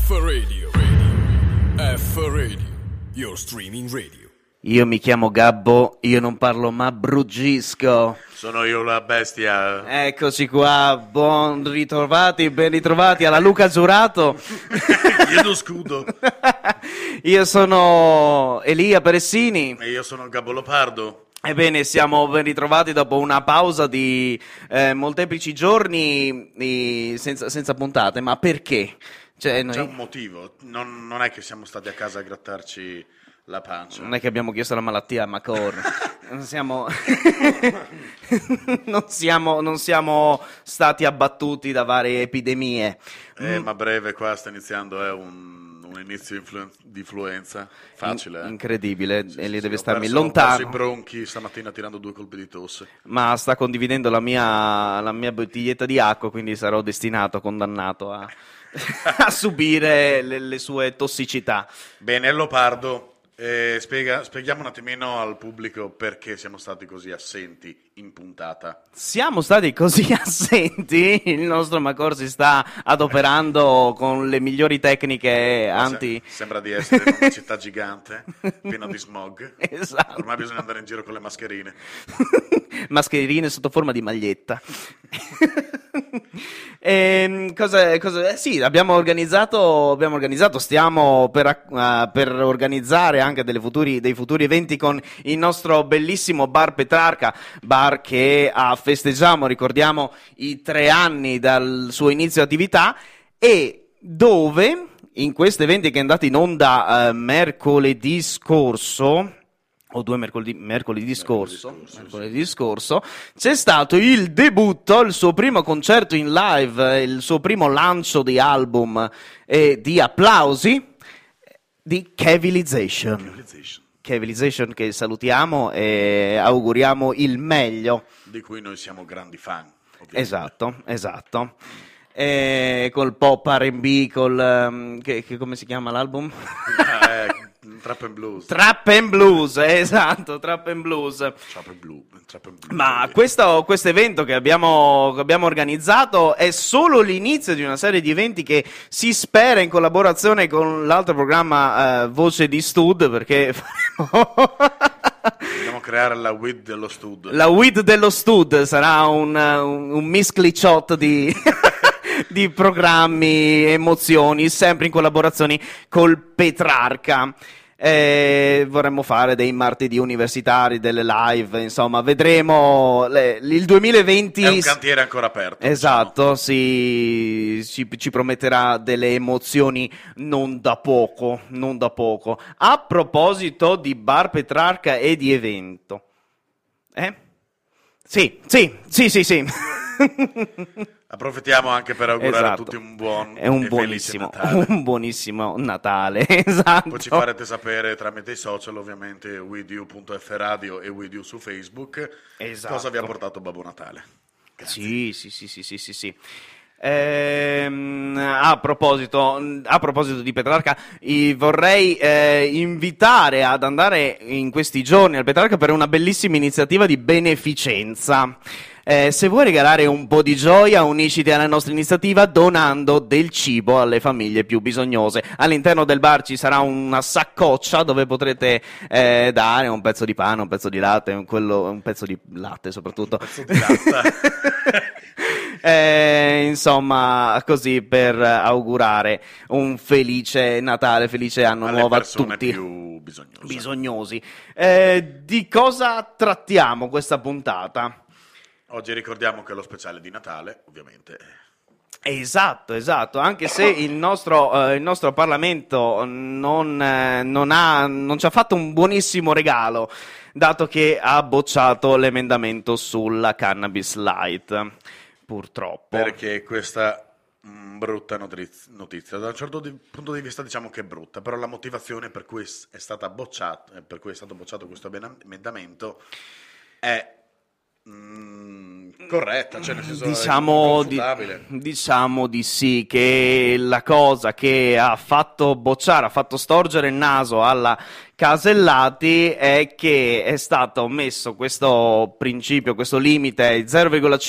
F Radio. F Radio, your streaming radio. Io mi chiamo Gabbo, io non parlo ma bruggisco. Sono io la bestia. Eccoci qua, ben ritrovati alla Luca Giurato. Io scudo. Io sono Elia Peressini. E io sono Gabbo Lopardo. Ebbene, siamo ben ritrovati dopo una pausa di molteplici giorni senza puntate, ma perché? C'è un motivo, non è che siamo stati a casa a grattarci la pancia. Non è che abbiamo chiesto la malattia a Macor. non siamo stati abbattuti da varie epidemie. Ma breve qua sta iniziando un inizio di influenza facile. Incredibile, e lì deve starmi Ho lontano. perso i bronchi stamattina tirando 2 colpi di tosse. Ma sta condividendo la mia bottiglietta di acqua, quindi sarò condannato a subire le sue tossicità. Bene, Lopardo, spieghiamo un attimino al pubblico perché siamo stati così assenti in puntata. Siamo stati così assenti, il nostro Macor si sta adoperando con le migliori tecniche Sembra di essere in una città gigante, piena di smog. Esatto. Ormai bisogna andare in giro con le mascherine. Mascherine sotto forma di maglietta. Sì, abbiamo organizzato, stiamo per organizzare anche dei futuri eventi con il nostro bellissimo Bar Petrarca, bar che festeggiamo, ricordiamo i 3 anni dal suo inizio attività, e dove in questi eventi che è andato in onda mercoledì scorso, o 2 mercoledì scorso, c'è stato il debutto, il suo primo concerto in live, il suo primo lancio di album e di applausi di Kevilization, che salutiamo e auguriamo il meglio. Di cui noi siamo grandi fan, ovviamente. Esatto. Col pop R&B, come si chiama l'album? Trap and Blues, esatto, Trap and Blues. Ma questo evento che abbiamo organizzato è solo l'inizio di una serie di eventi che si spera, in collaborazione con l'altro programma Voce di Stud, perché dobbiamo creare la WID dello Stud. La WID dello Stud sarà un misclicciotto di di programmi, emozioni, sempre in collaborazione col Petrarca. Vorremmo fare dei martedì universitari, delle live, insomma, vedremo. Il 2020 è un cantiere ancora aperto. Esatto, sì, ci prometterà delle emozioni non da poco. A proposito di Bar Petrarca e di evento, Sì. Approfittiamo anche per augurare a tutti un buon e felice Natale. Un buonissimo Natale, esatto. Poi ci farete sapere tramite i social, ovviamente, widyou.fradio e widyou su Facebook, esatto, cosa vi ha portato Babbo Natale. Grazie. Sì. A proposito di Petrarca, vorrei invitare ad andare in questi giorni al Petrarca per una bellissima iniziativa di beneficenza. Se vuoi regalare un po' di gioia, unisciti alla nostra iniziativa donando del cibo alle famiglie più bisognose. All'interno del bar ci sarà una saccoccia dove potrete dare un pezzo di pane, un pezzo di latte, un pezzo di latte soprattutto. Un pezzo di latte. Insomma, così per augurare un felice Natale, felice anno nuovo a tutti. Più bisognosi. Di cosa trattiamo questa puntata? Oggi ricordiamo che è lo speciale di Natale, ovviamente. Esatto, anche se il nostro Parlamento non ci ha fatto un buonissimo regalo, dato che ha bocciato l'emendamento sulla cannabis light, purtroppo. Perché questa brutta notizia, da un certo punto di vista diciamo che è brutta, però la motivazione per cui è stato bocciato questo emendamento è corretta, cioè nel senso diciamo di sì, che la cosa che ha fatto storgere il naso alla Casellati è che è stato messo questo principio, questo limite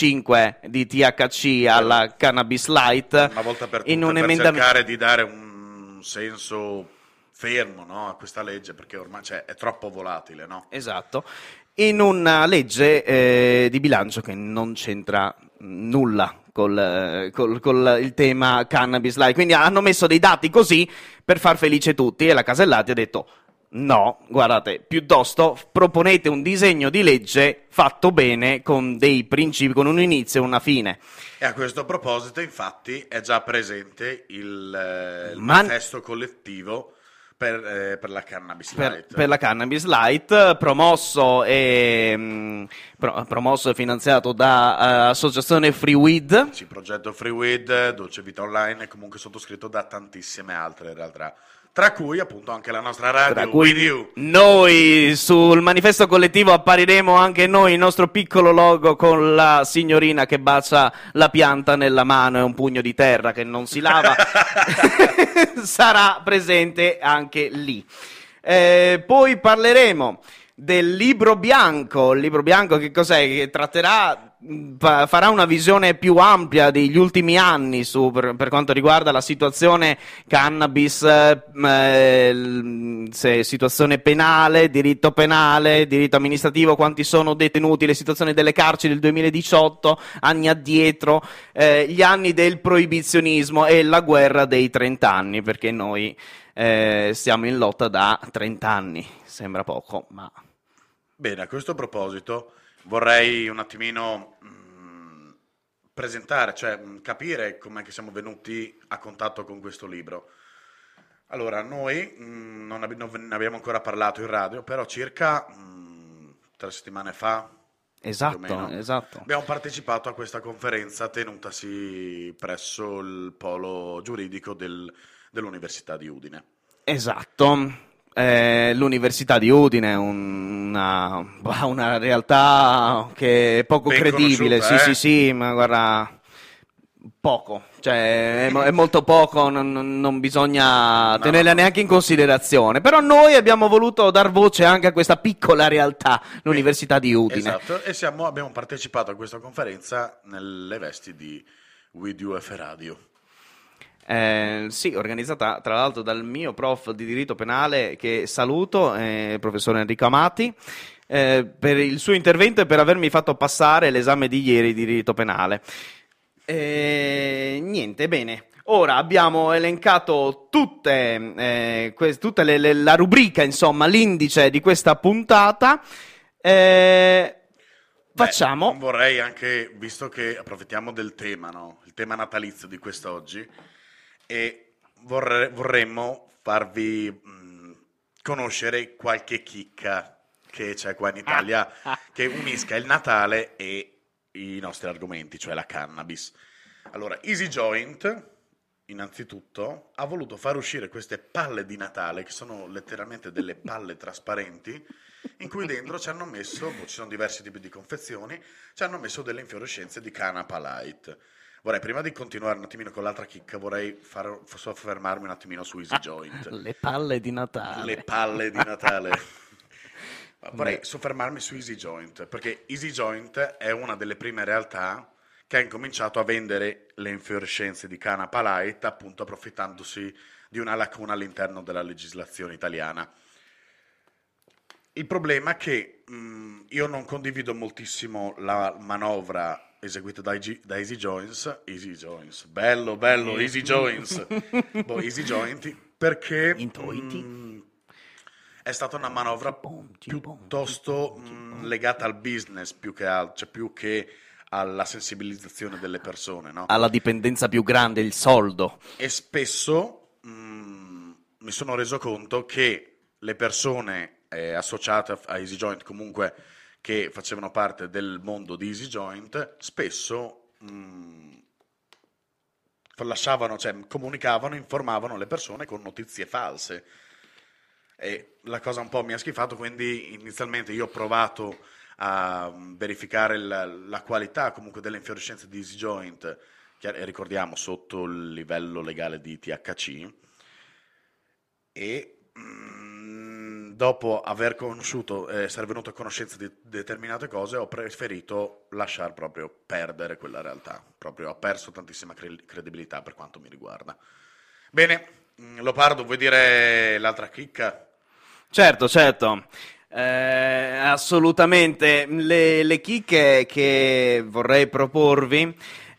0,5 di THC alla cannabis light una volta per tutte, in un per emendamento, cercare di dare un un senso fermo, no, a questa legge, perché ormai è troppo volatile, no? Esatto, in una legge di bilancio che non c'entra nulla col il tema cannabis live, quindi hanno messo dei dati così per far felice tutti e la Casellati ha detto no, guardate, piuttosto proponete un disegno di legge fatto bene con dei principi, con un inizio e una fine. E a questo proposito, infatti, è già presente il manifesto collettivo per la Cannabis Light. Per la Cannabis Light, promosso e finanziato da Associazione Free Weed. Sì, progetto Free Weed, Dolce Vita Online e comunque sottoscritto da tantissime altre realtà. Tra cui appunto anche la nostra radio, With You. Noi sul manifesto collettivo appariremo anche noi, il nostro piccolo logo con la signorina che bacia la pianta nella mano e un pugno di terra che non si lava. Sarà presente anche lì. Poi parleremo del libro bianco. Il libro bianco che cos'è? Che farà una visione più ampia degli ultimi anni per quanto riguarda la situazione cannabis, situazione penale, diritto amministrativo, quanti sono detenuti, le situazioni delle carceri del 2018, anni addietro, gli anni del proibizionismo e la guerra dei 30 anni, perché noi stiamo in lotta da 30 anni, sembra poco, ma... Bene, a questo proposito vorrei un attimino presentare, cioè capire com'è che siamo venuti a contatto con questo libro. Allora, noi non ne abbiamo ancora parlato in radio, però circa 3 settimane fa, Esatto, più o meno, esatto. abbiamo partecipato a questa conferenza tenutasi presso il polo giuridico dell'Università di Udine. Esatto. L'Università di Udine è una realtà che è poco Ben credibile, conosciuta, sì, ma guarda, poco, cioè è molto poco, non bisogna tenerla neanche in considerazione, però noi abbiamo voluto dar voce anche a questa piccola realtà, l'Università di Udine. Esatto, e abbiamo partecipato a questa conferenza nelle vesti di With You F Radio. Sì, organizzata tra l'altro dal mio prof di diritto penale che saluto, il professor Enrico Amati, per il suo intervento e per avermi fatto passare l'esame di ieri di diritto penale. Niente, bene. Ora abbiamo elencato tutte la rubrica, insomma, l'indice di questa puntata. Facciamo. Vorrei anche, visto che approfittiamo del tema, no? Il tema natalizio di quest'oggi, e vorremmo farvi conoscere qualche chicca che c'è qua in Italia che unisca il Natale e i nostri argomenti, cioè la cannabis. Allora, Easy Joint, innanzitutto, ha voluto far uscire queste palle di Natale, che sono letteralmente delle palle trasparenti, in cui dentro ci hanno messo, ci sono diversi tipi di confezioni, ci hanno messo delle infiorescenze di canapa light. Vorrei, prima di continuare un attimino con l'altra chicca, vorrei soffermarmi un attimino su Easy Joint. Le palle di Natale. Le palle di Natale. Vorrei soffermarmi su Easy Joint, perché Easy Joint è una delle prime realtà che ha incominciato a vendere le infiorescenze di canapa light, appunto approfittandosi di una lacuna all'interno della legislazione italiana. Il problema è che io non condivido moltissimo la manovra eseguita da Easy Joints, bello, Easy Joints, Easy Joint, perché è stata una manovra piuttosto legata al business più che alla sensibilizzazione delle persone, no? Alla dipendenza più grande, il soldo. E spesso mi sono reso conto che le persone associate a Easy Joint, comunque che facevano parte del mondo di Easy Joint, spesso comunicavano, informavano le persone con notizie false. E la cosa un po' mi ha schifato, quindi inizialmente io ho provato a verificare la qualità comunque delle infiorescenze di Easy Joint, che ricordiamo sotto il livello legale di THC, e dopo aver conosciuto, essere venuto a conoscenza di determinate cose, ho preferito lasciar proprio perdere quella realtà, proprio ho perso tantissima credibilità per quanto mi riguarda. Bene, Leopardo, vuoi dire l'altra chicca? Certo, certo. Assolutamente. Le chicche che vorrei proporvi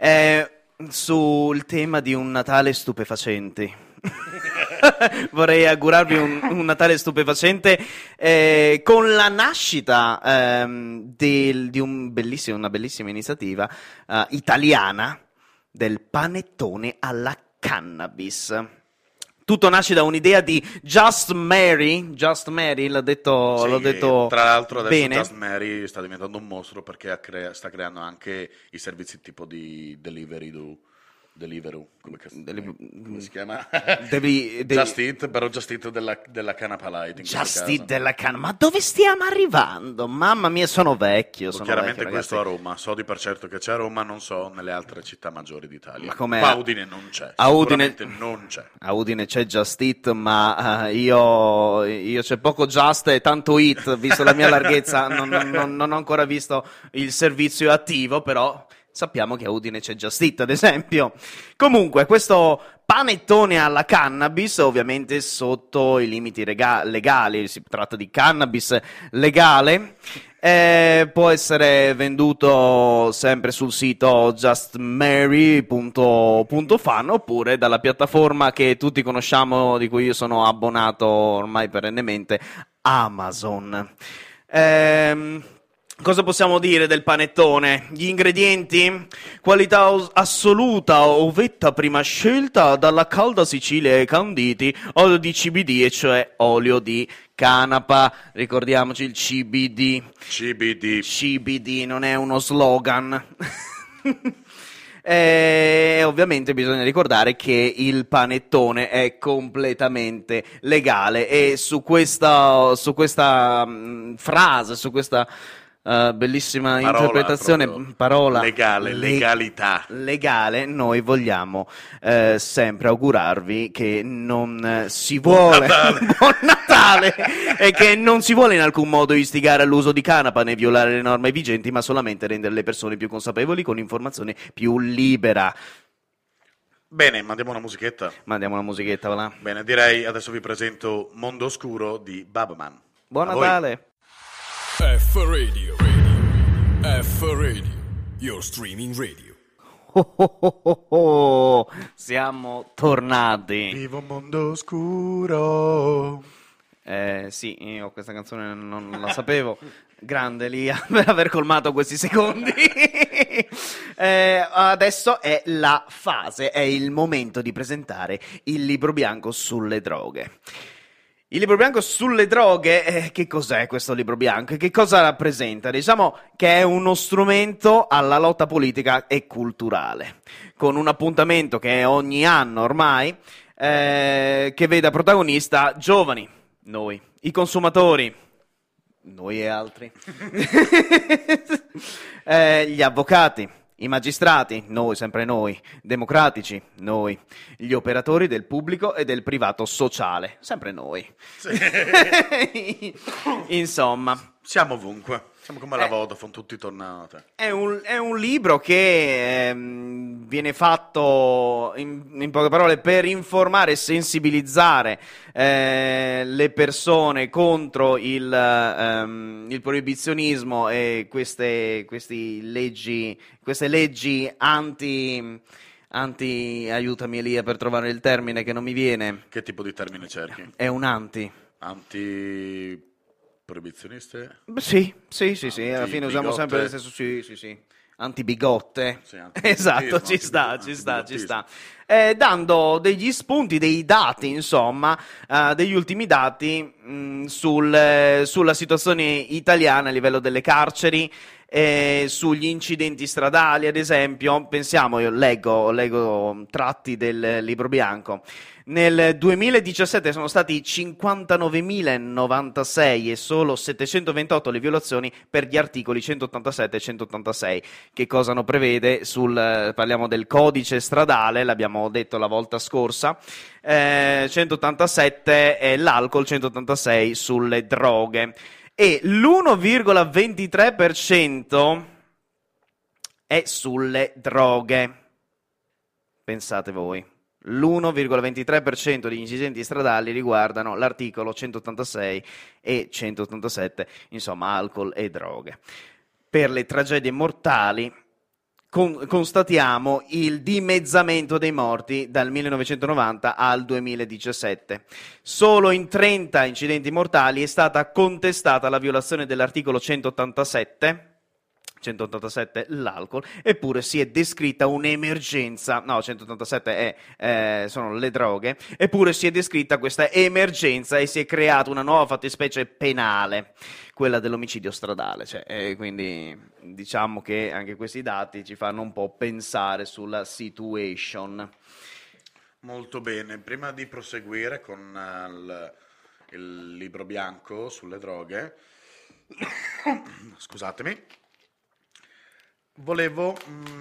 sul tema di un Natale stupefacenti. Vorrei augurarvi un Natale stupefacente con la nascita di una bellissima iniziativa italiana del panettone alla cannabis. Tutto nasce da un'idea di Just Mary, l'ho detto tra l'altro adesso bene. Just Mary sta diventando un mostro perché sta creando anche i servizi tipo di Deliveroo, come si chiama? Just Eat, però Just Eat della Canapa Light. Just Eat della Canapa, ma dove stiamo arrivando? Mamma mia, sono vecchio. Chiaramente vecchio, questo a Roma, so di per certo che c'è a Roma, non so nelle altre città maggiori d'Italia. Ma com'è? Qua a Udine non c'è, A Udine sicuramente non c'è. A Udine c'è Just Eat, ma io c'è poco Just e tanto Eat, visto la mia larghezza, non ho ancora visto il servizio attivo, però sappiamo che a Udine c'è Just Eat, ad esempio. Comunque, questo panettone alla cannabis, ovviamente sotto i limiti legali, si tratta di cannabis legale, può essere venduto sempre sul sito justmary.fan oppure dalla piattaforma che tutti conosciamo, di cui io sono abbonato ormai perennemente, Amazon. Cosa possiamo dire del panettone? Gli ingredienti? Qualità assoluta, ovetta prima scelta dalla calda Sicilia e Canditi, olio di CBD, e cioè olio di canapa. Ricordiamoci il CBD. CBD non è uno slogan. E ovviamente bisogna ricordare che il panettone è completamente legale e su questa frase, su questa bellissima interpretazione, parola legalità legale, noi vogliamo sempre augurarvi che non si vuole buon Natale e che non si vuole in alcun modo istigare all'uso di canapa né violare le norme vigenti, ma solamente rendere le persone più consapevoli con informazione più libera. Bene, mandiamo una musichetta. Va là. Bene, direi adesso vi presento Mondo Oscuro di Babman. Buon Natale. F-Radio, your streaming radio. Siamo tornati. Vivo Mondo Oscuro. Sì, io questa canzone non la sapevo. Grande Lia per aver colmato questi secondi. Adesso è la fase, è il momento di presentare il libro bianco sulle droghe. Il libro bianco sulle droghe, che cos'è questo libro bianco? Che cosa rappresenta? Diciamo che è uno strumento alla lotta politica e culturale, con un appuntamento che è ogni anno ormai, che vede protagonista giovani, noi, i consumatori, noi e altri, gli avvocati, i magistrati, noi, sempre noi, democratici, noi, gli operatori del pubblico e del privato sociale, sempre noi. Sì. Insomma. Siamo ovunque, siamo come la Vodafone, tutti tornati. È un libro che viene fatto, in poche parole, per informare e sensibilizzare le persone contro il proibizionismo e queste leggi anti, aiutami Elia per trovare il termine che non mi viene. Che tipo di termine cerchi? È un anti. Proibizioniste? Sì, alla fine usiamo sempre lo stesso, sì. Antibigotte. Sì, esatto, ci sta. Dando degli spunti, dei dati, insomma, degli ultimi dati sulla situazione italiana a livello delle carceri, sugli incidenti stradali, ad esempio. Pensiamo, io leggo tratti del libro bianco. Nel 2017 sono stati 59.096 e solo 728 le violazioni per gli articoli 187 e 186. Che cosa non prevede? Parliamo del codice stradale, l'abbiamo detto la volta scorsa. 187 è l'alcol, 186 sulle droghe. E l'1,23% è sulle droghe. Pensate voi. l'1,23% degli incidenti stradali riguardano l'articolo 186 e 187, insomma alcol e droghe. Per le tragedie mortali constatiamo il dimezzamento dei morti dal 1990 al 2017. Solo in 30 incidenti mortali è stata contestata la violazione dell'articolo 187 l'alcol, eppure si è descritta un'emergenza, no, 187 sono le droghe, eppure si è descritta questa emergenza e si è creata una nuova fattispecie penale, quella dell'omicidio stradale, quindi diciamo che anche questi dati ci fanno un po' pensare sulla situation. Molto bene, prima di proseguire con il libro bianco sulle droghe, scusatemi, volevo,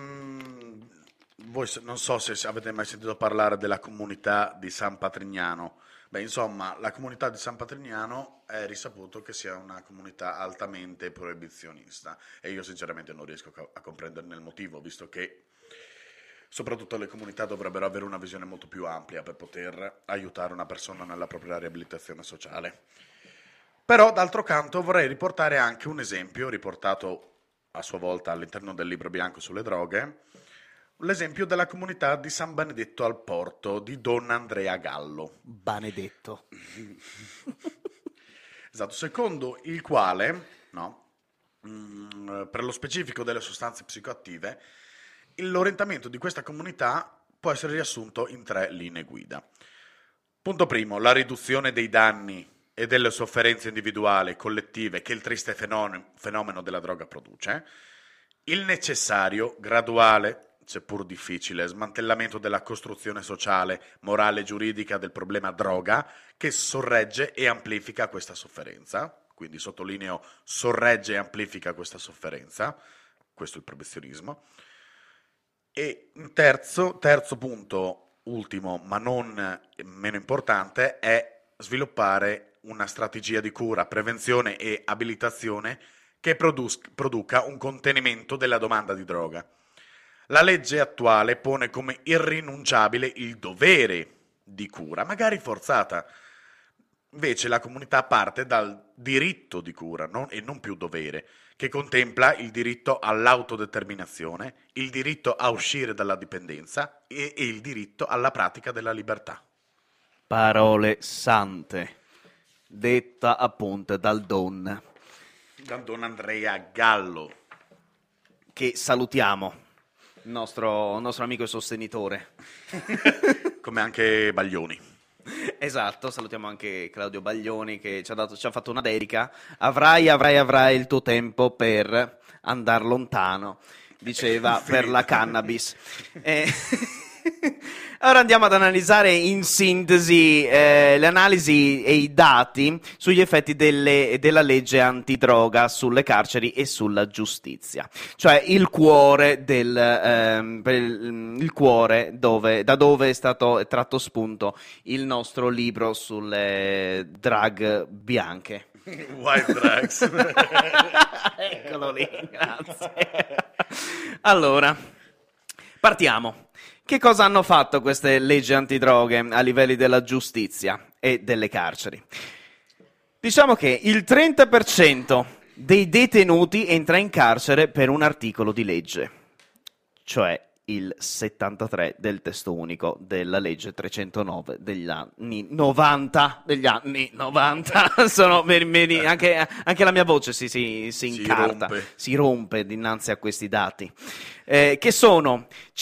voi non so se avete mai sentito parlare della comunità di San Patrignano. Beh, insomma, la comunità di San Patrignano è risaputo che sia una comunità altamente proibizionista e io sinceramente non riesco a comprenderne il motivo, visto che soprattutto le comunità dovrebbero avere una visione molto più ampia per poter aiutare una persona nella propria riabilitazione sociale. Però, d'altro canto, vorrei riportare anche un esempio riportato a sua volta all'interno del libro bianco sulle droghe, l'esempio della comunità di San Benedetto al Porto di Don Andrea Gallo. Benedetto. Esatto, secondo il quale, per lo specifico delle sostanze psicoattive, l'orientamento di questa comunità può essere riassunto in 3 linee guida. Punto primo, la riduzione dei danni e delle sofferenze individuali e collettive che il triste fenomeno della droga produce, il necessario, graduale, seppur difficile, smantellamento della costruzione sociale, morale e giuridica del problema droga, che sorregge e amplifica questa sofferenza, quindi sottolineo sorregge e amplifica questa sofferenza, questo è il proibizionismo, e un terzo punto, ultimo ma non meno importante, è sviluppare una strategia di cura, prevenzione e abilitazione che produca un contenimento della domanda di droga. La legge attuale pone come irrinunciabile il dovere di cura, magari forzata. Invece la comunità parte dal diritto di cura e non più dovere, che contempla il diritto all'autodeterminazione, il diritto a uscire dalla dipendenza e il diritto alla pratica della libertà. Parole sante, detta appunto dal Don Andrea Gallo, che salutiamo, il nostro amico e sostenitore. Come anche Baglioni. Esatto, salutiamo anche Claudio Baglioni che ci ha fatto una dedica. Avrai il tuo tempo per andare lontano, diceva, per la cannabis. Ora andiamo ad analizzare in sintesi le analisi e i dati sugli effetti della legge antidroga sulle carceri e sulla giustizia, cioè il cuore da dove è stato tratto spunto il nostro libro sulle drug bianche. White drugs. Eccolo lì, grazie. Allora, partiamo. Che cosa hanno fatto queste leggi antidroghe a livelli della giustizia e delle carceri? Diciamo che il 30% dei detenuti entra in carcere per un articolo di legge, cioè il 73 del testo unico della legge 309 degli anni 90. Sono anche la mia voce si incarta, si rompe dinanzi a questi dati, che sono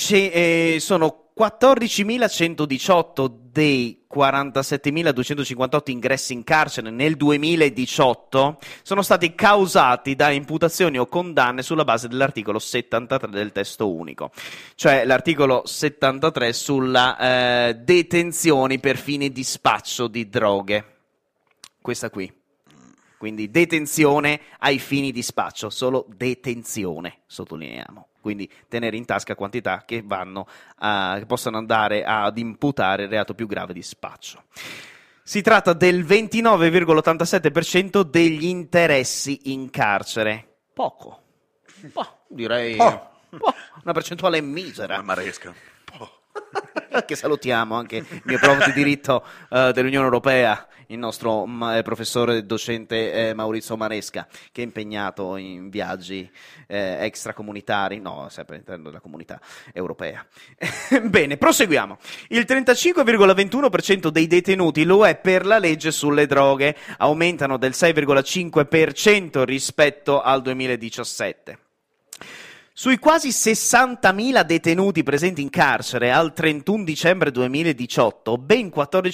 14.118 dei 47.258 ingressi in carcere nel 2018 sono stati causati da imputazioni o condanne sulla base dell'articolo 73 del testo unico, cioè l'articolo 73 sulla detenzioni per fini di spaccio di droghe, questa qui. Quindi detenzione ai fini di spaccio, solo detenzione, sottolineiamo. Quindi tenere in tasca quantità che possono andare ad imputare il reato più grave di spaccio. Si tratta del 29,87% degli interessi in carcere. Poco. Direi una percentuale misera. Una maresca. che salutiamo, anche il mio prof di diritto dell'Unione Europea, il nostro professore docente Maurizio Maresca, che è impegnato in viaggi extracomunitari, no, sempre all'interno della comunità europea. Bene, proseguiamo. Il 35,21% dei detenuti lo è per la legge sulle droghe, aumentano del 6,5% rispetto al 2017. Sui quasi 60.000 detenuti presenti in carcere al 31 dicembre 2018, ben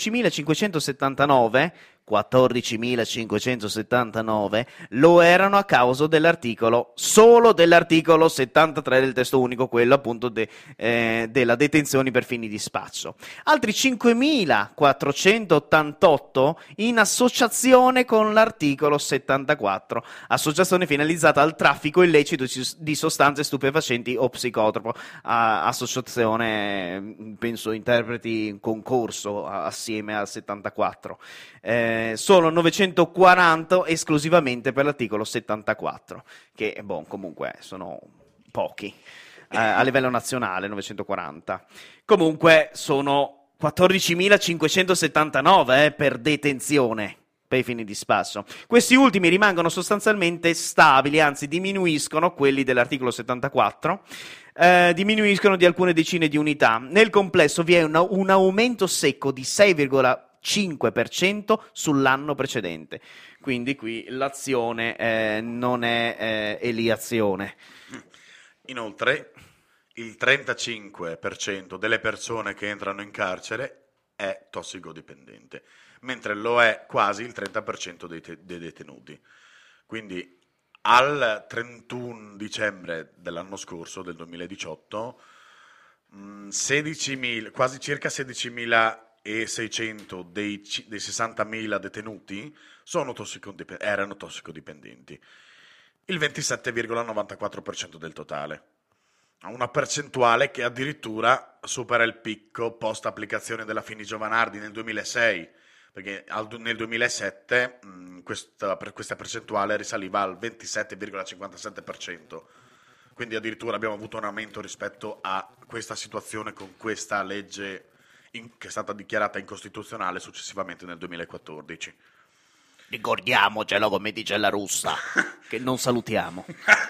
14.579 lo erano a causa solo dell'articolo 73 del testo unico, quello appunto della detenzione per fini di spaccio. Altri 5.488 in associazione con l'articolo 74, associazione finalizzata al traffico illecito di sostanze stupefacenti o psicotropo, associazione, penso interpreti in concorso assieme al 74. Sono 940 esclusivamente per l'articolo 74, che comunque sono pochi a livello nazionale. 940 comunque sono 14.579 per detenzione per i fini di spaccio. Questi ultimi rimangono sostanzialmente stabili, anzi diminuiscono, quelli dell'articolo 74 diminuiscono di alcune decine di unità. Nel complesso vi è un aumento secco di 6,5% sull'anno precedente. Quindi qui l'azione non è eliazione. Inoltre, il 35% delle persone che entrano in carcere è tossicodipendente, mentre lo è quasi il 30% dei detenuti. Quindi al 31 dicembre dell'anno scorso, del 2018, 16.000, quasi circa 16.600 dei 60.000 detenuti erano tossicodipendenti, il 27,94% del totale. Una percentuale che addirittura supera il picco post applicazione della Fini Giovanardi nel 2006, perché nel 2007 questa percentuale risaliva al 27,57%. Quindi addirittura abbiamo avuto un aumento rispetto a questa situazione con questa legge che è stata dichiarata incostituzionale successivamente nel 2014. Ricordiamocelo, come dice la Russa, che non salutiamo.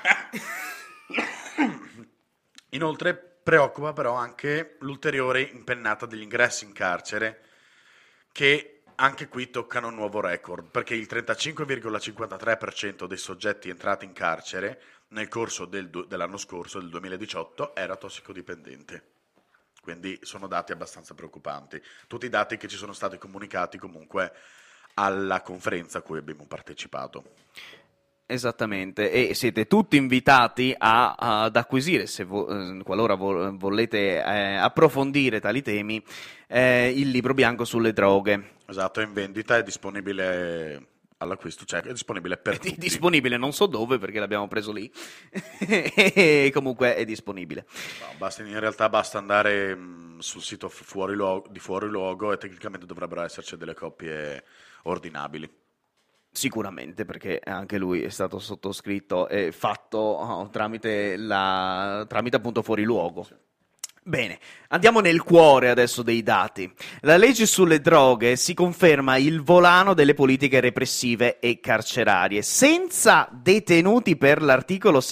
Inoltre preoccupa però anche l'ulteriore impennata degli ingressi in carcere, che anche qui toccano un nuovo record, perché il 35,53% dei soggetti entrati in carcere nel corso dell'anno scorso, del 2018, era tossicodipendente. Quindi sono dati abbastanza preoccupanti. Tutti i dati che ci sono stati comunicati comunque alla conferenza a cui abbiamo partecipato. Esattamente, e siete tutti invitati ad acquisire, se qualora volete approfondire tali temi, il libro bianco sulle droghe. Esatto, è in vendita, è disponibile all'acquisto, cioè è disponibile per tutti. È disponibile non so dove, perché l'abbiamo preso lì, e comunque è disponibile. No, in realtà basta andare sul sito di fuori luogo e tecnicamente dovrebbero esserci delle copie ordinabili. Sicuramente, perché anche lui è stato sottoscritto e fatto tramite appunto fuori luogo. Sì. Bene, andiamo nel cuore adesso dei dati. La legge sulle droghe si conferma il volano delle politiche repressive e carcerarie. Senza detenuti per l'articolo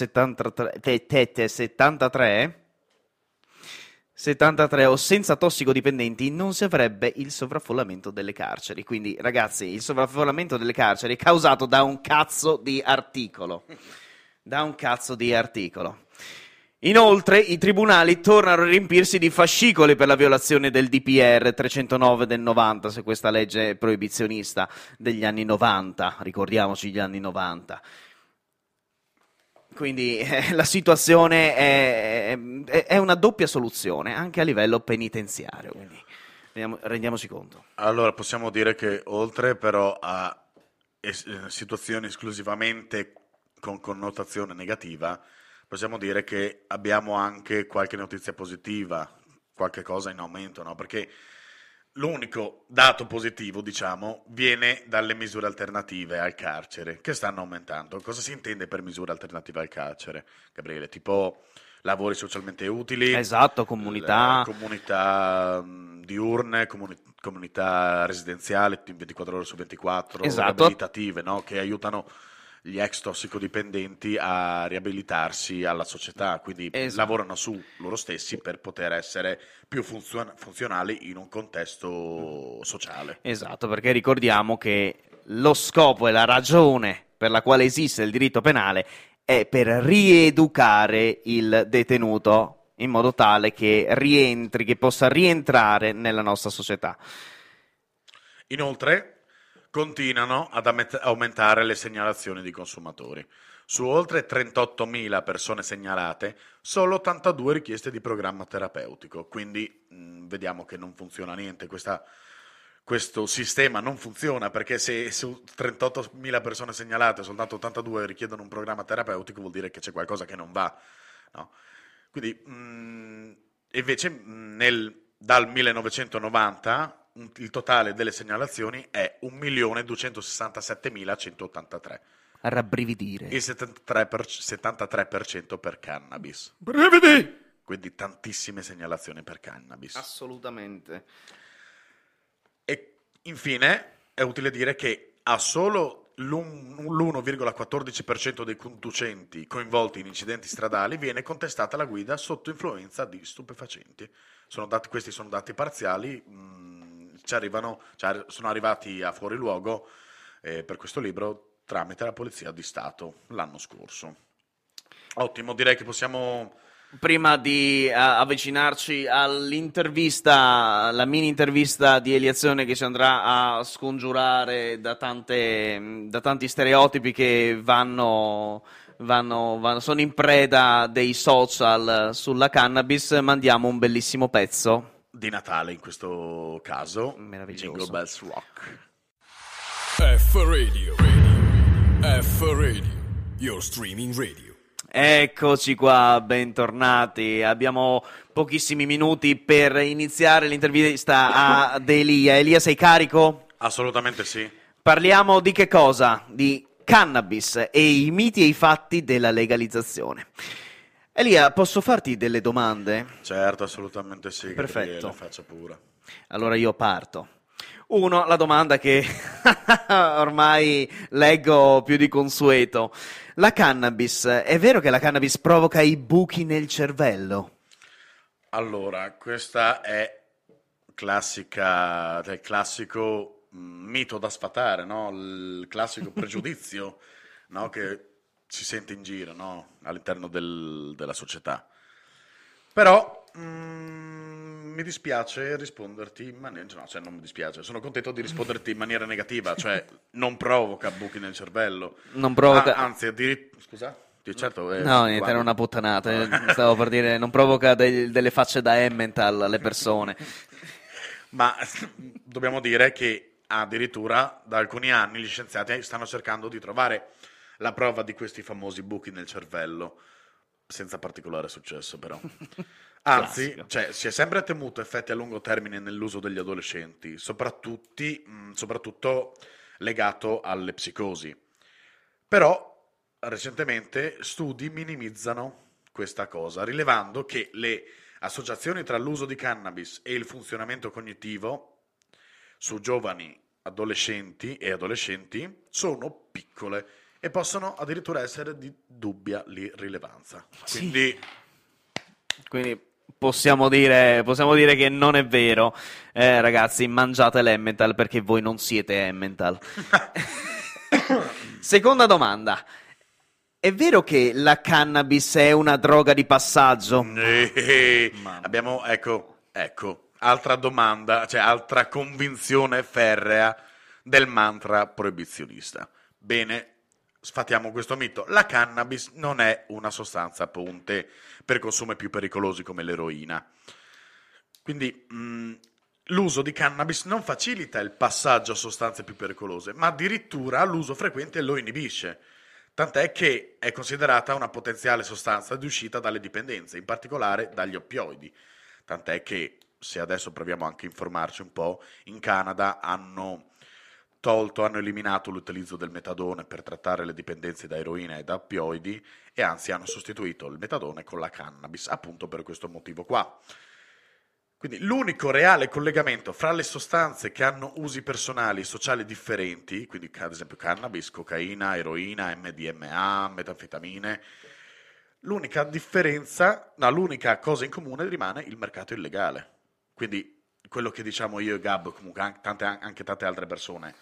73 o senza tossicodipendenti non si avrebbe il sovraffollamento delle carceri. Quindi, ragazzi, il sovraffollamento delle carceri è causato da un cazzo di articolo. Inoltre, i tribunali tornano a riempirsi di fascicoli per la violazione del DPR 309 del 90, se questa legge è proibizionista degli anni 90, ricordiamoci gli anni 90. Quindi la situazione è una doppia soluzione, anche a livello penitenziario, quindi rendiamoci conto. Allora, possiamo dire che oltre però a situazioni esclusivamente con connotazione negativa, possiamo dire che abbiamo anche qualche notizia positiva, qualche cosa in aumento, no? Perché l'unico dato positivo, diciamo, viene dalle misure alternative al carcere, che stanno aumentando. Cosa si intende per misure alternative al carcere, Gabriele? Tipo lavori socialmente utili, Esatto, comunità. comunità diurne, comunità residenziali 24 ore su 24, Esatto. riabilitative, no? Che aiutano gli ex tossicodipendenti a riabilitarsi alla società, quindi Esatto. lavorano su loro stessi per poter essere più funzionali in un contesto sociale. Esatto, perché ricordiamo che lo scopo e la ragione per la quale esiste il diritto penale è per rieducare il detenuto in modo tale che rientri, che possa rientrare nella nostra società. Inoltre, continuano ad aumentare le segnalazioni di consumatori. Su oltre 38.000 persone segnalate, solo 82 richieste di programma terapeutico. Quindi vediamo che non funziona niente. Questo sistema non funziona, perché se su 38.000 persone segnalate soltanto 82 richiedono un programma terapeutico, vuol dire che c'è qualcosa che non va, no? Quindi invece dal 1990 il totale delle segnalazioni è 1.267.183, A rabbrividire. il 73% per cannabis. Brividi! Quindi tantissime segnalazioni per cannabis. Assolutamente. E infine è utile dire che a solo l'1,14% dei conducenti coinvolti in incidenti stradali viene contestata la guida sotto influenza di stupefacenti. Questi sono dati parziali, sono arrivati a fuori luogo per questo libro tramite la Polizia di Stato l'anno scorso. Ottimo, direi che possiamo... Prima di avvicinarci all'intervista, la mini intervista di Eliazione che ci andrà a scongiurare da tanti stereotipi che sono in preda dei social sulla cannabis, mandiamo un bellissimo pezzo. Di Natale in questo caso, Meraviglioso. Jingle Bells Rock. F-Radio. F-Radio. Your streaming radio. Eccoci qua, bentornati. Abbiamo pochissimi minuti per iniziare l'intervista ad Elia. Elia, sei carico? Assolutamente sì. Parliamo di che cosa? Di cannabis e i miti e i fatti della legalizzazione. Elia, posso farti delle domande? Certo, assolutamente sì. Perfetto. La faccia pura. Allora io parto. Uno, la domanda che ormai leggo più di consueto. La cannabis, è vero che la cannabis provoca i buchi nel cervello? Allora, questa è il classico mito da sfatare, no? Il classico pregiudizio, no? Che si sente in giro, no? All'interno della società. Però mi dispiace risponderti in maniera... No, cioè non mi dispiace, sono contento di risponderti in maniera negativa, cioè non provoca buchi nel cervello. Non provoca... Anzi, scusa? Sì, certo, No, niente, era una puttanata. Stavo per dire, non provoca delle facce da Emmental alle persone. Ma dobbiamo dire che addirittura da alcuni anni gli scienziati stanno cercando di trovare la prova di questi famosi buchi nel cervello, senza particolare successo però. Anzi, si è sempre temuto effetti a lungo termine nell'uso degli adolescenti, soprattutto legato alle psicosi. Però recentemente studi minimizzano questa cosa, rilevando che le associazioni tra l'uso di cannabis e il funzionamento cognitivo su giovani adolescenti e adolescenti sono piccole e possono addirittura essere di dubbia rilevanza. Quindi possiamo dire che non è vero. Ragazzi, mangiate l'Emmental perché voi non siete Emmental. Seconda domanda. È vero che la cannabis è una droga di passaggio? Abbiamo, ecco, altra domanda, cioè altra convinzione ferrea del mantra proibizionista. Bene, sfatiamo questo mito. La cannabis non è una sostanza ponte per consumi più pericolosi come l'eroina. Quindi l'uso di cannabis non facilita il passaggio a sostanze più pericolose, ma addirittura l'uso frequente lo inibisce. Tant'è che è considerata una potenziale sostanza di uscita dalle dipendenze, in particolare dagli oppioidi. Tant'è che, se adesso proviamo anche a informarci un po', in Canada hanno hanno eliminato l'utilizzo del metadone per trattare le dipendenze da eroina e da oppioidi e anzi hanno sostituito il metadone con la cannabis, appunto per questo motivo qua. Quindi l'unico reale collegamento fra le sostanze che hanno usi personali e sociali differenti, quindi ad esempio cannabis, cocaina, eroina, MDMA, metanfetamine, l'unica cosa in comune rimane il mercato illegale. Quindi quello che diciamo io e Gab, comunque anche tante altre persone,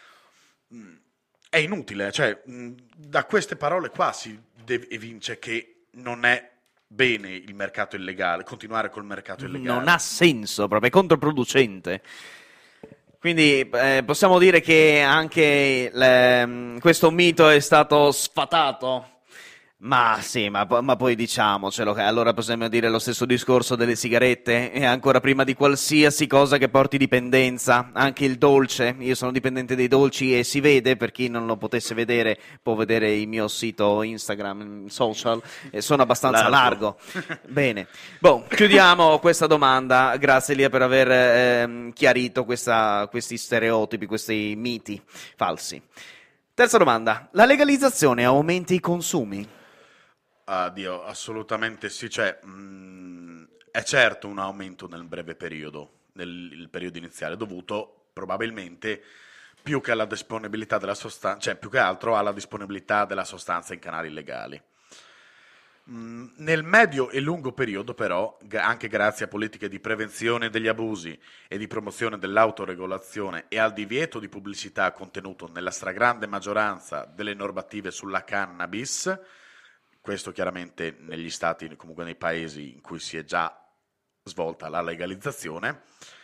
è inutile, cioè da queste parole qua si evince che non è bene il mercato illegale, continuare col mercato illegale. Non ha senso, proprio è controproducente. Quindi possiamo dire che anche questo mito è stato sfatato. Ma sì, ma poi diciamocelo, che allora possiamo dire lo stesso discorso delle sigarette e ancora prima di qualsiasi cosa che porti dipendenza, anche il dolce. Io sono dipendente dei dolci e si vede, per chi non lo potesse vedere, può vedere il mio sito Instagram, social, e sono abbastanza largo. Bene, chiudiamo questa domanda, grazie Elia per aver chiarito questi stereotipi, questi miti falsi. Terza domanda, la legalizzazione aumenta i consumi? Dio, assolutamente sì, cioè è certo un aumento nel breve periodo, nel periodo iniziale, dovuto probabilmente più che alla disponibilità della sostanza, cioè più che altro alla disponibilità della sostanza in canali illegali. Nel medio e lungo periodo, però, anche grazie a politiche di prevenzione degli abusi e di promozione dell'autoregolazione e al divieto di pubblicità contenuto nella stragrande maggioranza delle normative sulla cannabis, questo chiaramente negli stati, comunque nei paesi in cui si è già svolta la legalizzazione,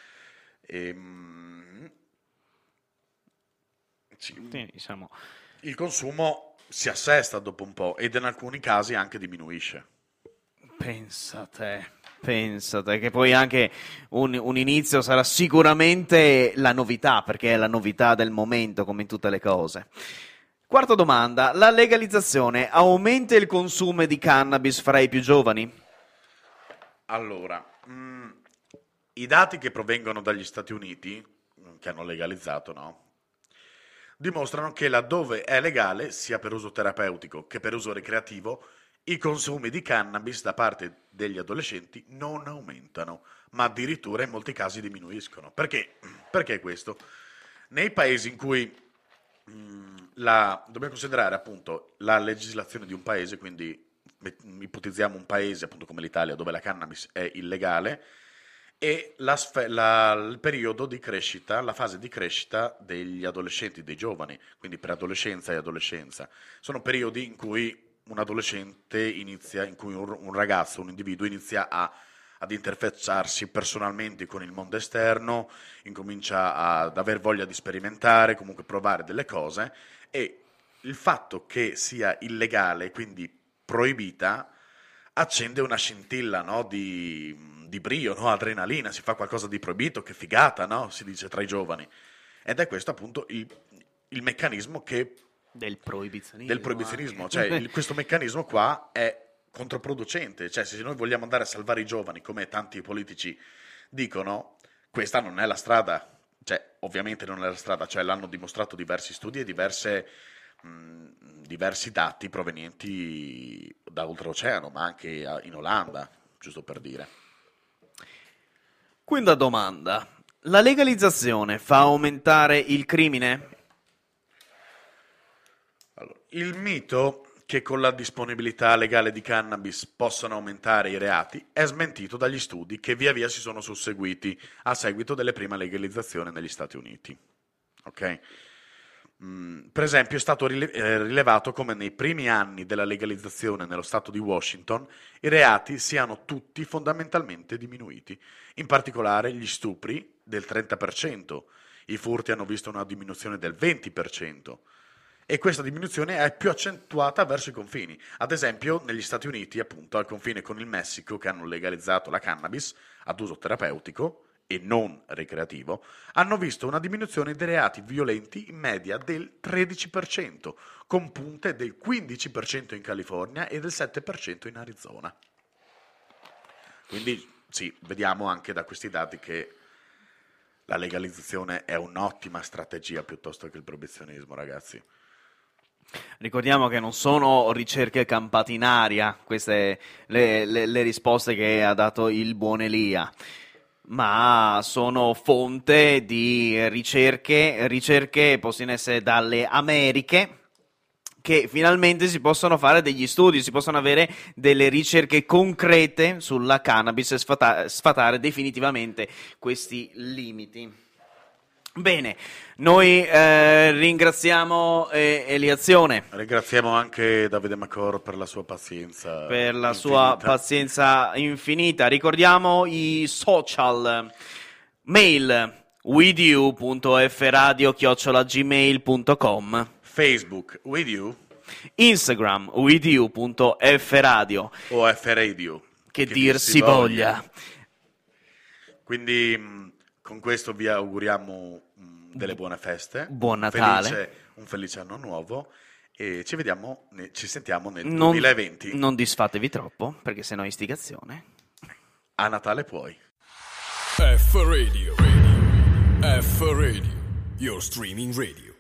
Diciamo. il consumo si assesta dopo un po' ed in alcuni casi anche diminuisce. Pensa te, che poi anche un inizio sarà sicuramente la novità, perché è la novità del momento, come in tutte le cose. Quarta domanda, la legalizzazione aumenta il consumo di cannabis fra i più giovani? Allora, i dati che provengono dagli Stati Uniti, che hanno legalizzato, no? Dimostrano che laddove è legale, sia per uso terapeutico che per uso ricreativo, i consumi di cannabis da parte degli adolescenti non aumentano, ma addirittura in molti casi diminuiscono. Perché? Perché questo? Nei paesi in cui dobbiamo considerare appunto la legislazione di un paese, quindi ipotizziamo un paese appunto come l'Italia dove la cannabis è illegale, e il periodo di crescita, la fase di crescita degli adolescenti, dei giovani, quindi preadolescenza e adolescenza. Sono periodi in cui un adolescente inizia, in cui un ragazzo, un individuo inizia ad interfacciarsi personalmente con il mondo esterno, incomincia ad aver voglia di sperimentare, comunque provare delle cose, e il fatto che sia illegale, quindi proibita, accende una scintilla, no, di brio, no, adrenalina, si fa qualcosa di proibito, che figata, no, si dice tra i giovani. Ed è questo appunto il meccanismo Del proibizionismo. Del proibizionismo, cioè questo meccanismo qua è controproducente, cioè se noi vogliamo andare a salvare i giovani, come tanti politici dicono, questa non è la strada, cioè ovviamente non è la strada, cioè l'hanno dimostrato diversi studi e diversi dati provenienti da oltreoceano, ma anche in Olanda, giusto per dire. Quinta domanda, la legalizzazione fa aumentare il crimine? Allora, il mito che con la disponibilità legale di cannabis possano aumentare i reati è smentito dagli studi che via via si sono susseguiti a seguito delle prime legalizzazioni negli Stati Uniti. Ok? Per esempio è stato rilevato come nei primi anni della legalizzazione nello stato di Washington i reati siano tutti fondamentalmente diminuiti, in particolare gli stupri del 30%, i furti hanno visto una diminuzione del 20%, e questa diminuzione è più accentuata verso i confini. Ad esempio, negli Stati Uniti, appunto, al confine con il Messico, che hanno legalizzato la cannabis ad uso terapeutico e non ricreativo, hanno visto una diminuzione dei reati violenti in media del 13%, con punte del 15% in California e del 7% in Arizona. Quindi, sì, vediamo anche da questi dati che la legalizzazione è un'ottima strategia piuttosto che il proibizionismo, ragazzi. Ricordiamo che non sono ricerche campate in aria, queste le risposte che ha dato il buon Elia, ma sono fonte di ricerche poste in essere dalle Americhe, che finalmente si possono fare degli studi, si possono avere delle ricerche concrete sulla cannabis e sfatare definitivamente questi limiti. Bene, noi ringraziamo Eliazione Ringraziamo anche Davide Macor per la sua pazienza per la infinita. sua pazienza infinita. Ricordiamo i social: mail withyou.fradio@gmail.com, Facebook with you Instagram withyou.fradio, o FRadio, che dir si voglia. Quindi con questo vi auguriamo delle buone feste, Buon Natale, un felice anno nuovo e ci sentiamo nel 2020. Non disfatevi troppo, perché sennò istigazione. A Natale puoi. F Radio. F Radio. Your streaming radio.